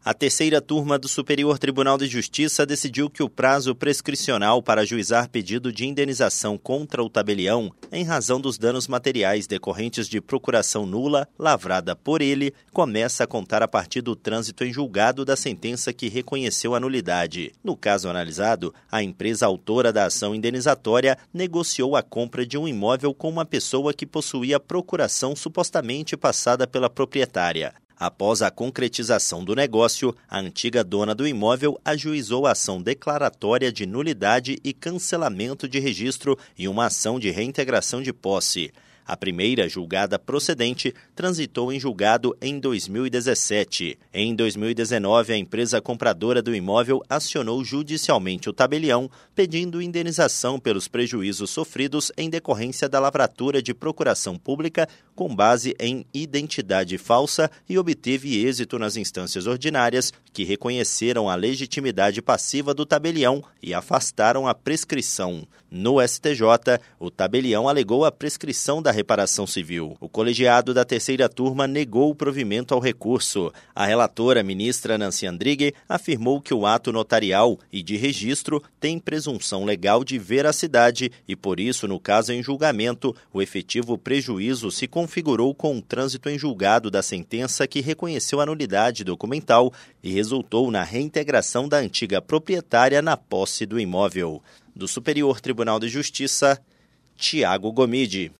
A terceira turma do Superior Tribunal de Justiça decidiu que o prazo prescricional para ajuizar pedido de indenização contra o tabelião, em razão dos danos materiais decorrentes de procuração nula, lavrada por ele, começa a contar a partir do trânsito em julgado da sentença que reconheceu a nulidade. No caso analisado, a empresa autora da ação indenizatória negociou a compra de um imóvel com uma pessoa que possuía procuração supostamente passada pela proprietária. Após a concretização do negócio, a antiga dona do imóvel ajuizou a ação declaratória de nulidade e cancelamento de registro e uma ação de reintegração de posse. A primeira, julgada procedente, transitou em julgado em 2017. Em 2019, a empresa compradora do imóvel acionou judicialmente o tabelião, pedindo indenização pelos prejuízos sofridos em decorrência da lavratura de procuração pública com base em identidade falsa e obteve êxito nas instâncias ordinárias, que reconheceram a legitimidade passiva do tabelião e afastaram a prescrição. No STJ, o tabelião alegou a prescrição da reparação civil. O colegiado da terceira turma negou o provimento ao recurso. A relatora, ministra Nancy Andrighi, afirmou que o ato notarial e de registro tem presunção legal de veracidade e, por isso, no caso em julgamento, o efetivo prejuízo se configurou com o trânsito em julgado da sentença que reconheceu a nulidade documental e resultou na reintegração da antiga proprietária na posse do imóvel. Do Superior Tribunal de Justiça, Tiago Gomide.